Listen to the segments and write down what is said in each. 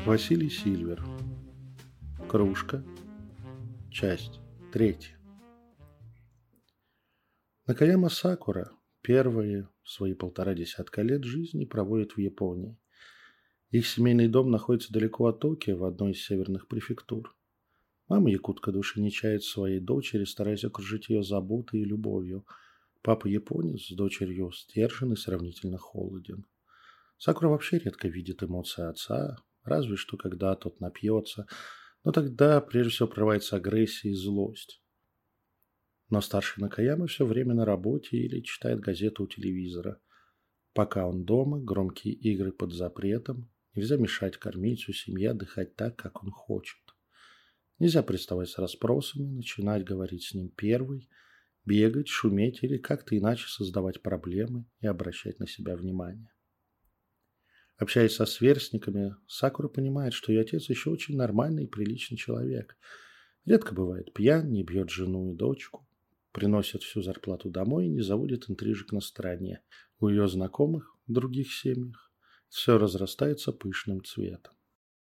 Василий Сильвер. Кружка. Часть 3. Накаяма Сакура первые свои 1,5 десятка лет жизни проводит в Японии. Их семейный дом находится далеко от Токио, в одной из северных префектур. Мама якутка души не чает своей дочери, стараясь окружить ее заботой и любовью. Папа японец с дочерью сдержан и сравнительно холоден. Сакура вообще редко видит эмоции отца, разве что когда тот напьется, но тогда прежде всего прорывается агрессия и злость. Но старший Накаяма все время на работе или читает газету у телевизора. Пока он дома, громкие игры под запретом, нельзя мешать кормильцу семье отдыхать так, как он хочет. Нельзя приставать с расспросами, начинать говорить с ним первый, бегать, шуметь или как-то иначе создавать проблемы и обращать на себя внимание. Общаясь со сверстниками, Сакура понимает, что ее отец еще очень нормальный и приличный человек. Редко бывает пьян, не бьет жену и дочку, приносит всю зарплату домой и не заводит интрижек на стороне. У ее знакомых в других семьях все разрастается пышным цветом.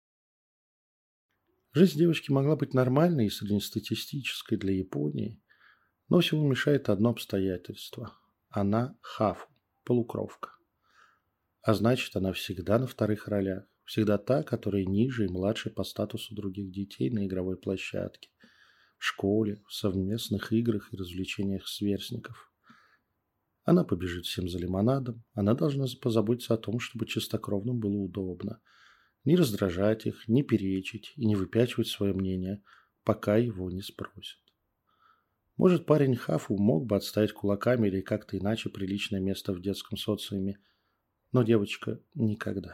Жизнь девочки могла быть нормальной и среднестатистической для Японии, но всему мешает одно обстоятельство. Она хафу, полукровка. А значит, она всегда на вторых ролях, всегда та, которая ниже и младше по статусу других детей на игровой площадке, в школе, в совместных играх и развлечениях сверстников. Она побежит всем за лимонадом, она должна позаботиться о том, чтобы чистокровным было удобно, не раздражать их, не перечить и не выпячивать свое мнение, пока его не спросят. Может, парень хафу мог бы отставить кулаками или как-то иначе приличное место в детском социуме, но девочка никогда.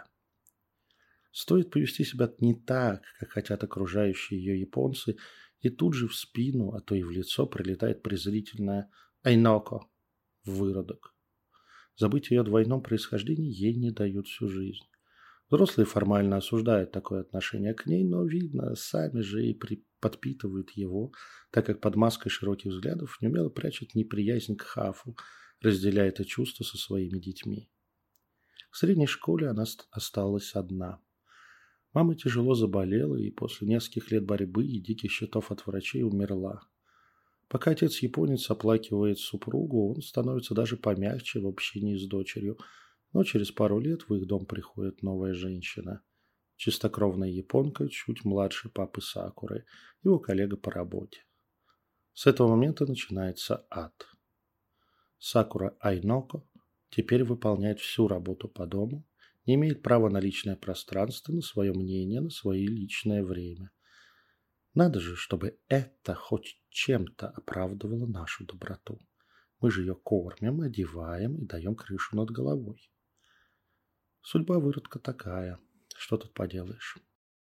Стоит повести себя не так, как хотят окружающие ее японцы, и тут же в спину, а то и в лицо прилетает презрительное «айноко» – выродок. Забыть о ее двойном происхождении ей не дают всю жизнь. Взрослые формально осуждают такое отношение к ней, но, видно, сами же и подпитывают его, так как под маской широких взглядов неумело прячут неприязнь к хафу, разделяя это чувство со своими детьми. В средней школе она осталась одна. Мама тяжело заболела и после нескольких лет борьбы и диких счетов от врачей умерла. Пока отец-японец оплакивает супругу, он становится даже помягче в общении с дочерью, но через пару лет в их дом приходит новая женщина. Чистокровная японка, чуть младше папы Сакуры, его коллега по работе. С этого момента начинается ад. Сакура Айноко теперь выполняет всю работу по дому, не имеет права на личное пространство, на свое мнение, на свое личное время. Надо же, чтобы это хоть чем-то оправдывало нашу доброту. Мы же ее кормим, одеваем и даем крышу над головой. Судьба выродка такая. Что тут поделаешь?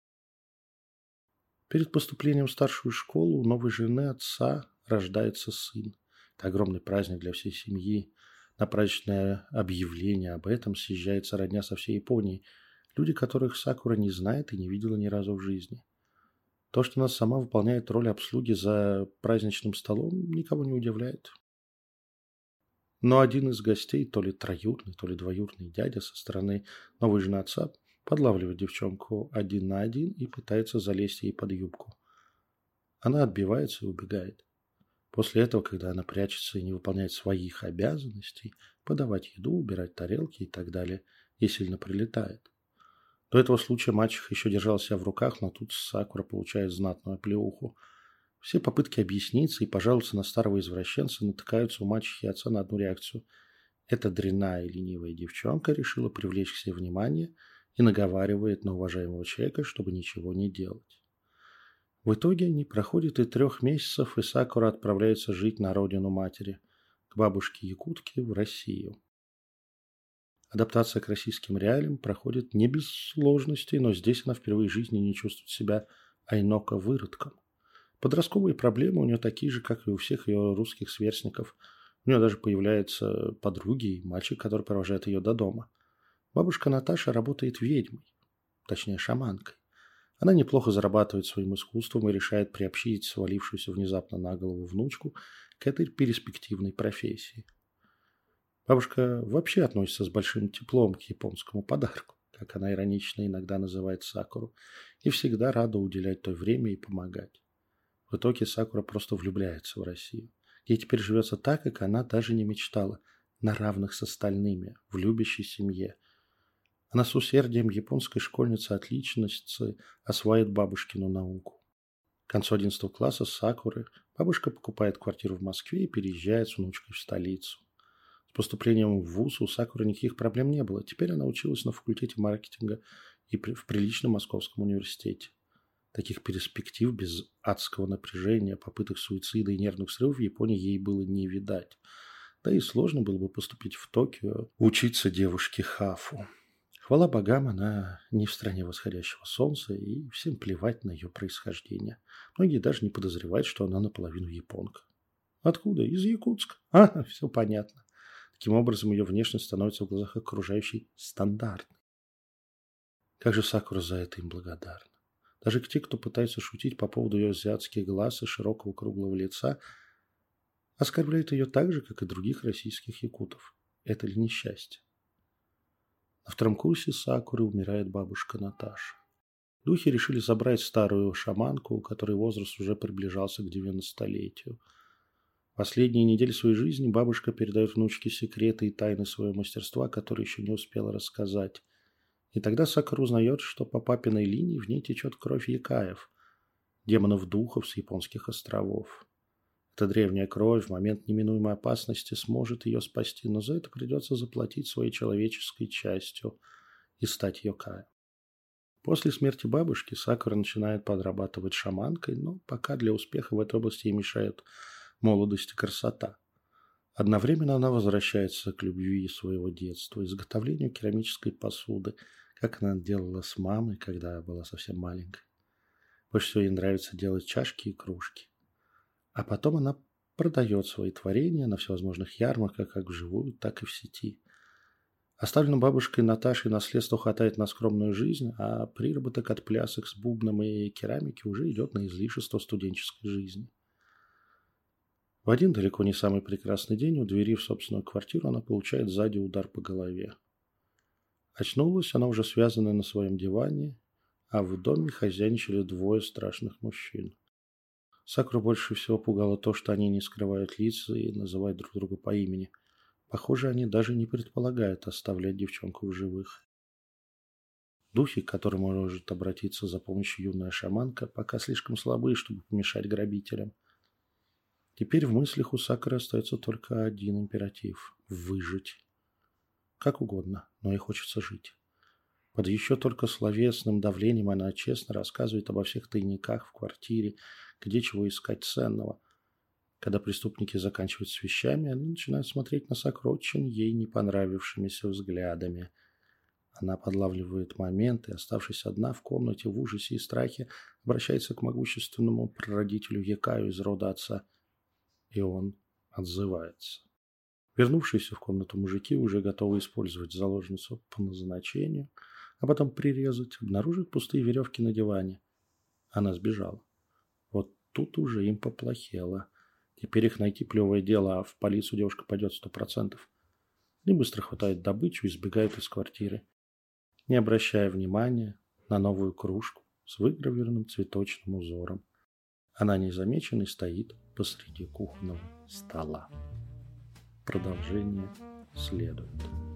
Перед поступлением в старшую школу у новой жены отца рождается сын. Это огромный праздник для всей семьи. На праздничное объявление об этом съезжается родня со всей Японии, люди, которых Сакура не знает и не видела ни разу в жизни. То, что она сама выполняет роль обслуги за праздничным столом, никого не удивляет. Но один из гостей, то ли троюродный, то ли двоюродный дядя со стороны новой жены отца, подлавливает девчонку 1 на 1 и пытается залезть ей под юбку. Она отбивается и убегает. После этого, когда она прячется и не выполняет своих обязанностей, подавать еду, убирать тарелки и так далее, ей сильно прилетает. До этого случая мачеха еще держала себя в руках, но тут Сакура получает знатную оплеуху. Все попытки объясниться и пожаловаться на старого извращенца натыкаются у мачехи и отца на одну реакцию. Эта дрянная и ленивая девчонка решила привлечь к себе внимание и наговаривает на уважаемого человека, чтобы ничего не делать. В итоге не проходит и 3 месяцев, и Сакура отправляется жить на родину матери, к бабушке-якутке в Россию. Адаптация к российским реалиям проходит не без сложностей, но здесь она впервые в жизни не чувствует себя айноко-выродком. Подростковые проблемы у нее такие же, как и у всех ее русских сверстников. У нее даже появляются подруги и мальчик, который провожает ее до дома. Бабушка Наташа работает ведьмой, точнее шаманкой. Она неплохо зарабатывает своим искусством и решает приобщить свалившуюся внезапно на голову внучку к этой перспективной профессии. Бабушка вообще относится с большим теплом к японскому подарку. как она иронично иногда называет Сакуру, и всегда рада уделять той время и помогать. В итоге Сакура просто влюбляется в Россию. Ей теперь живется так, как она даже не мечтала, на равных с остальными, в любящей семье. Она с усердием японской школьницы-отличницы осваивает бабушкину науку. К концу 11 класса Сакуры бабушка покупает квартиру в Москве и переезжает с внучкой в столицу. С поступлением в вуз у Сакуры никаких проблем не было. Теперь она училась на факультете маркетинга и в приличном Московском университете. Таких перспектив без адского напряжения, попыток суицида и нервных срывов в Японии ей было не видать. Да и сложно было бы поступить в Токио, учиться девушке Хафу. Хвала богам, она не в стране восходящего солнца, и всем плевать на ее происхождение. Многие даже не подозревают, что она наполовину японка. Откуда? Из Якутска. Все понятно. Таким образом, ее внешность становится в глазах окружающей стандартной. Как же Сакура за это им благодарна. Даже те, кто пытается шутить по поводу ее азиатских глаз и широкого круглого лица, оскорбляют ее так же, как и других российских якутов. Это ли несчастье? На втором курсе Сакуры умирает бабушка Наташа. Духи решили забрать старую шаманку, у которой возраст уже приближался к 90-летию. Последние недели своей жизни бабушка передает внучке секреты и тайны своего мастерства, которые еще не успела рассказать. И тогда Сакура узнает, что по папиной линии в ней течет кровь якаев, демонов-духов с японских островов. Эта древняя кровь в момент неминуемой опасности сможет ее спасти, но за это придется заплатить своей человеческой частью и стать йокаем. После смерти бабушки Сакура начинает подрабатывать шаманкой, но пока для успеха в этой области ей мешает молодость и красота. Одновременно она возвращается к любви своего детства, изготовлению керамической посуды, как она делала с мамой, когда была совсем маленькой. Больше всего ей нравится делать чашки и кружки. А потом она продает свои творения на всевозможных ярмарках, как вживую, так и в сети. Оставленному бабушкой Наташей наследство хватает на скромную жизнь, а приработок от плясок с бубном и керамики уже идет на излишество студенческой жизни. В один далеко не самый прекрасный день у двери в собственную квартиру она получает сзади удар по голове. Очнулась она уже связанная на своем диване, а в доме хозяйничали двое страшных мужчин. Сакуру больше всего пугало то, что они не скрывают лица и называют друг друга по имени. Похоже, они даже не предполагают оставлять девчонку в живых. Духи, к которым может обратиться за помощью юная шаманка, пока слишком слабы, чтобы помешать грабителям. Теперь в мыслях у Сакуры остается только один императив – выжить. Как угодно, но ей хочется жить. Под еще только словесным давлением она честно рассказывает обо всех тайниках в квартире, где чего искать ценного. Когда преступники заканчивают с вещами, они начинают смотреть на Сакуру очень ей не понравившимися взглядами. Она подлавливает момент и, оставшись одна в комнате в ужасе и страхе, обращается к могущественному прародителю Якаю из рода отца. И он отзывается. Вернувшиеся в комнату мужики, уже готовы использовать заложницу по назначению, а потом прирезать, обнаружат пустые веревки на диване. Она сбежала. Вот тут уже им поплохело. Теперь их найти плевое дело, а в полицию девушка пойдет 100%. Они быстро хватают добычу и сбегают из квартиры, не обращая внимания на новую кружку с выгравированным цветочным узором. Она незамеченной стоит посреди кухонного стола. Продолжение следует.